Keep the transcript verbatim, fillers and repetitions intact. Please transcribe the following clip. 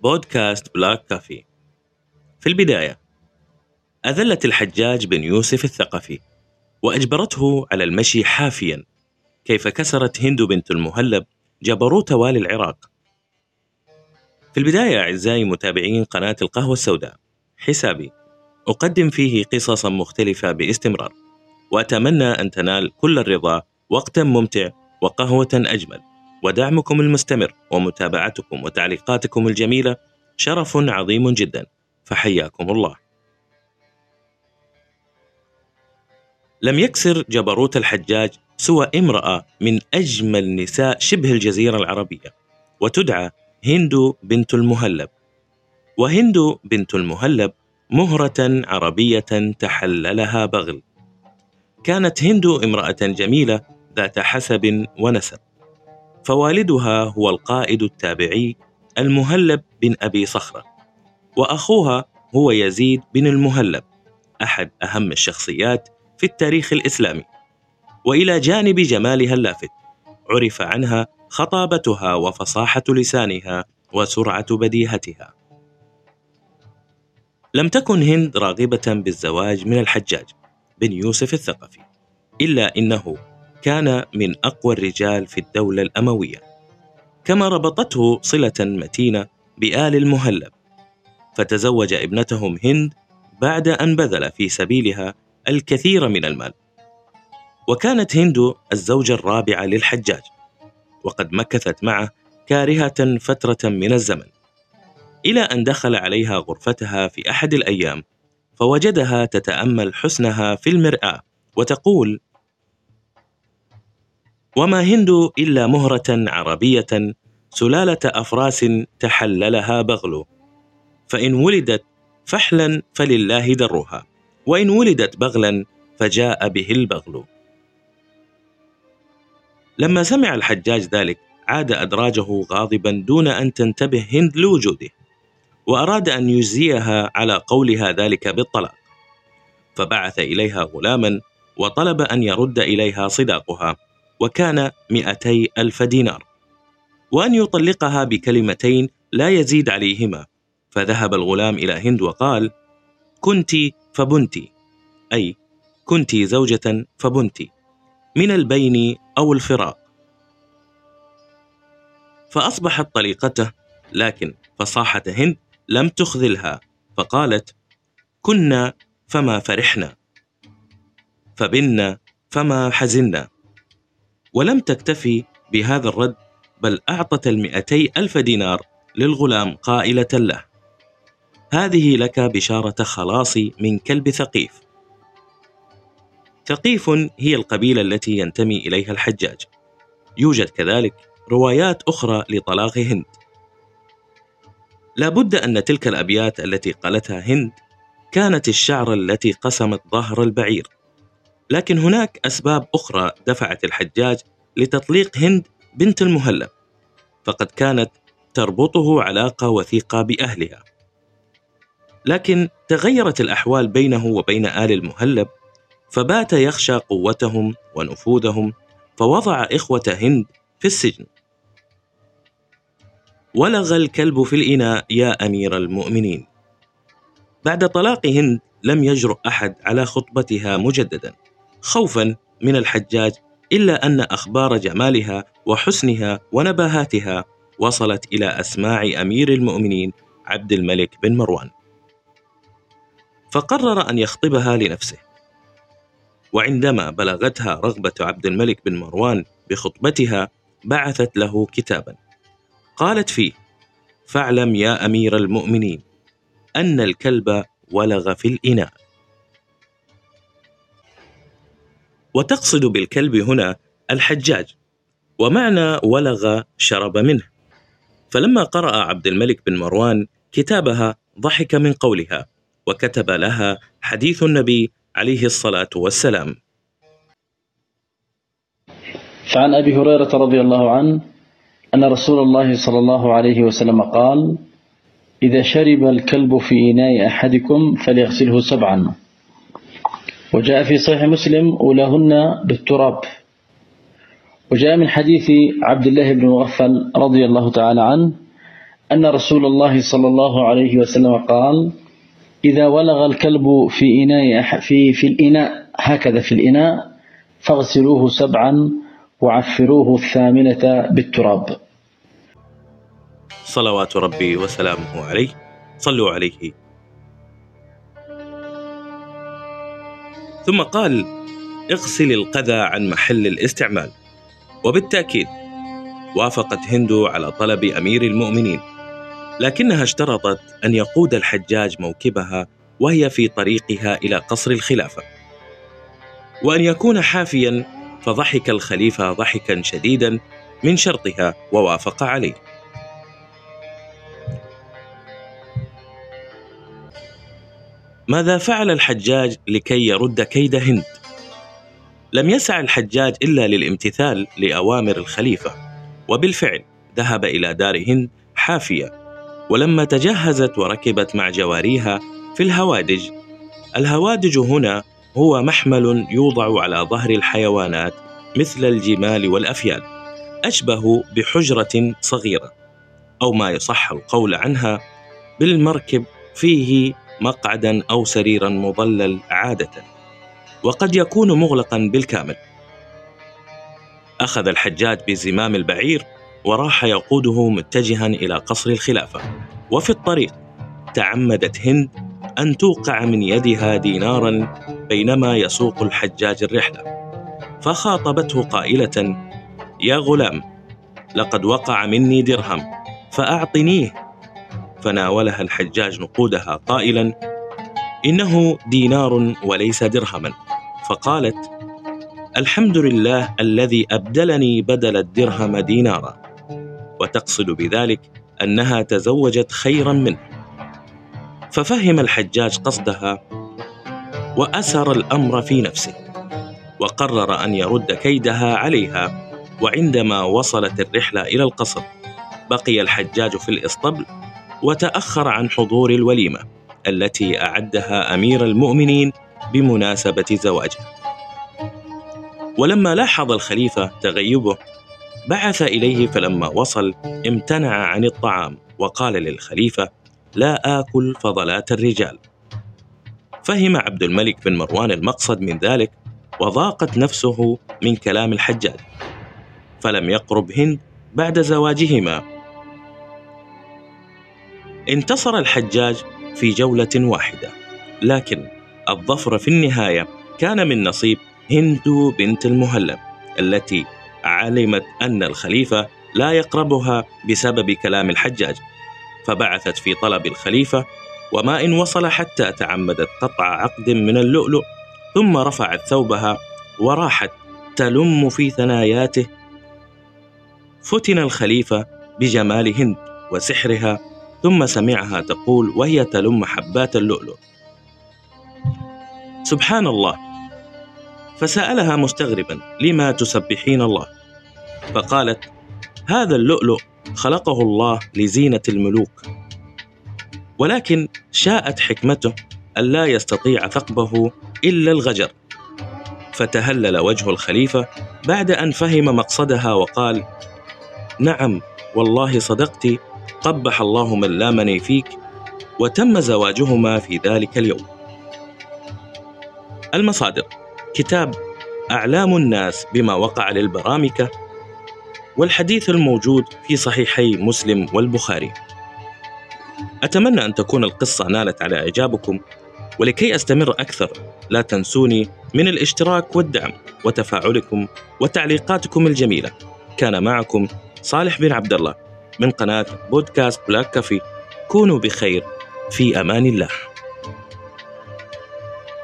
بودكاست بلاك كافي. في البداية، أذلت الحجاج بن يوسف الثقفي وأجبرته على المشي حافيا كيف كسرت هند بنت المهلب جبروت والي العراق. في البداية أعزائي متابعين قناة القهوة السوداء، حسابي أقدم فيه قصصا مختلفة باستمرار، وأتمنى أن تنال كل الرضا وقتا ممتع وقهوة أجمل. ودعمكم المستمر ومتابعتكم وتعليقاتكم الجميلة شرف عظيم جدا، فحياكم الله. لم يكسر جبروت الحجاج سوى امرأة من أجمل نساء شبه الجزيرة العربية، وتدعى هند بنت المهلب. وهند بنت المهلب مهرة عربية تحللها بغل. كانت هند امرأة جميلة ذات حسب ونسب، فوالدها هو القائد التابعي المهلب بن أبي صخرة، وأخوها هو يزيد بن المهلب، أحد أهم الشخصيات في التاريخ الإسلامي. وإلى جانب جمالها اللافت، عرف عنها خطابتها وفصاحة لسانها وسرعة بديهتها. لم تكن هند راغبة بالزواج من الحجاج بن يوسف الثقفي، إلا إنه كان من أقوى الرجال في الدولة الأموية، كما ربطته صلة متينة بآل المهلب، فتزوج ابنتهم هند بعد أن بذل في سبيلها الكثير من المال. وكانت هند الزوجة الرابعة للحجاج، وقد مكثت معه كارهة فترة من الزمن، إلى أن دخل عليها غرفتها في أحد الأيام فوجدها تتأمل حسنها في المرآة وتقول: وما هند إلا مهرة عربية سلالة أفراس تحللها بغل، فإن ولدت فحلا فلله درها، وإن ولدت بغلا فجاء به البغل. لما سمع الحجاج ذلك عاد أدراجه غاضبا دون أن تنتبه هند لوجوده، وأراد أن يجزيها على قولها ذلك بالطلاق، فبعث إليها غلاما وطلب أن يرد إليها صداقها، وكان مئتي ألف دينار، وأن يطلقها بكلمتين لا يزيد عليهما. فذهب الغلام إلى هند وقال: كنت فبنت، أي كنت زوجة فبنت، من البين أو الفراق. فأصبحت طليقته، لكن فصاحة هند لم تخذلها، فقالت: كنا فما فرحنا، فبنا فما حزنا. ولم تكتفي بهذا الرد، بل أعطت المئتي ألف دينار للغلام قائلة له: هذه لك بشارة خلاصي من كلب ثقيف. ثقيف هي القبيلة التي ينتمي إليها الحجاج. يوجد كذلك روايات أخرى لطلاق هند. لا بد أن تلك الأبيات التي قالتها هند كانت الشعر التي قسمت ظهر البعير، لكن هناك أسباب أخرى دفعت الحجاج لتطليق هند بنت المهلب، فقد كانت تربطه علاقة وثيقة بأهلها. لكن تغيرت الأحوال بينه وبين آل المهلب، فبات يخشى قوتهم ونفوذهم، فوضع إخوة هند في السجن. ولغ الكلب في الإناء يا أمير المؤمنين. بعد طلاق هند لم يجرؤ أحد على خطبتها مجددا خوفا من الحجاج، إلا أن أخبار جمالها وحسنها ونباهاتها وصلت إلى أسماع أمير المؤمنين عبد الملك بن مروان، فقرر أن يخطبها لنفسه. وعندما بلغتها رغبة عبد الملك بن مروان بخطبتها بعثت له كتابا قالت فيه: فاعلم يا أمير المؤمنين أن الكلب ولغ في الإناء. وتقصد بالكلب هنا الحجاج، ومعنى ولغ شرب منه. فلما قرأ عبد الملك بن مروان كتابها ضحك من قولها، وكتب لها حديث النبي عليه الصلاة والسلام. فعن أبي هريرة رضي الله عنه أن رسول الله صلى الله عليه وسلم قال: إذا شرب الكلب في إناء أحدكم فليغسله سبعا. وجاء في صحيح مسلم: أولاهن بالتراب. وجاء من حديث عبد الله بن مغفل رضي الله تعالى عنه أن رسول الله صلى الله عليه وسلم قال: إذا ولغ الكلب في إناء في في الإناء هكذا في الإناء فاغسلوه سبعا وعفروه الثامنة بالتراب. صلوات ربي وسلامه عليه. صلوا عليه. ثم قال: اغسل القذى عن محل الاستعمال. وبالتأكيد وافقت هند على طلب أمير المؤمنين، لكنها اشترطت أن يقود الحجاج موكبها وهي في طريقها إلى قصر الخلافة، وأن يكون حافيا، فضحك الخليفة ضحكا شديدا من شرطها ووافق عليه. ماذا فعل الحجاج لكي يرد كيد هند؟ لم يسع الحجاج إلا للامتثال لأوامر الخليفة، وبالفعل ذهب إلى دار هند حافية. ولما تجهزت وركبت مع جواريها في الهوادج، الهوادج هنا هو محمل يوضع على ظهر الحيوانات مثل الجمال والأفيال، أشبه بحجرة صغيرة، أو ما يصح القول عنها بالمركب فيه مقعدا أو سريرا مظلل عادة، وقد يكون مغلقا بالكامل. أخذ الحجاج بزمام البعير وراح يقوده متجها إلى قصر الخلافة. وفي الطريق تعمدت هند أن توقع من يدها دينارا بينما يسوق الحجاج الرحلة، فخاطبته قائلة: يا غلام، لقد وقع مني درهم فأعطنيه. فناولها الحجاج نقودها قائلا: إنه دينار وليس درهما. فقالت: الحمد لله الذي أبدلني بدل الدرهم دينارا، وتقصد بذلك أنها تزوجت خيرا منه. ففهم الحجاج قصدها وأسر الأمر في نفسه، وقرر أن يرد كيدها عليها. وعندما وصلت الرحلة إلى القصر بقي الحجاج في الإسطبل وتأخر عن حضور الوليمة التي أعدها أمير المؤمنين بمناسبة زواجه. ولما لاحظ الخليفة تغيبه بعث إليه، فلما وصل امتنع عن الطعام وقال للخليفة: لا آكل فضلات الرجال. فهم عبد الملك بن مروان المقصد من ذلك، وضاقت نفسه من كلام الحجاج، فلم يقرب هند بعد زواجهما. انتصر الحجاج في جولة واحدة، لكن الظفر في النهاية كان من نصيب هند بنت المهلب، التي علمت أن الخليفة لا يقربها بسبب كلام الحجاج، فبعثت في طلب الخليفة، وما إن وصل حتى تعمدت قطع عقد من اللؤلؤ، ثم رفعت ثوبها وراحت تلم في ثناياته. فتن الخليفة بجمال هند وسحرها، ثم سمعها تقول وهي تلم حبات اللؤلؤ: سبحان الله. فسألها مستغربا: لما تسبحين الله؟ فقالت: هذا اللؤلؤ خلقه الله لزينة الملوك، ولكن شاءت حكمته ألا يستطيع ثقبه إلا الغجر. فتهلل وجه الخليفة بعد أن فهم مقصدها وقال: نعم والله صدقت، قبح الله من لامني فيك. وتم زواجهما في ذلك اليوم. المصادر: كتاب أعلام الناس بما وقع للبرامكة، والحديث الموجود في صحيحي مسلم والبخاري. أتمنى أن تكون القصة نالت على إعجابكم، ولكي أستمر أكثر لا تنسوني من الاشتراك والدعم وتفاعلكم وتعليقاتكم الجميلة. كان معكم صالح بن عبد الله من قناة بودكاست بلاك كافي. كونوا بخير، في أمان الله.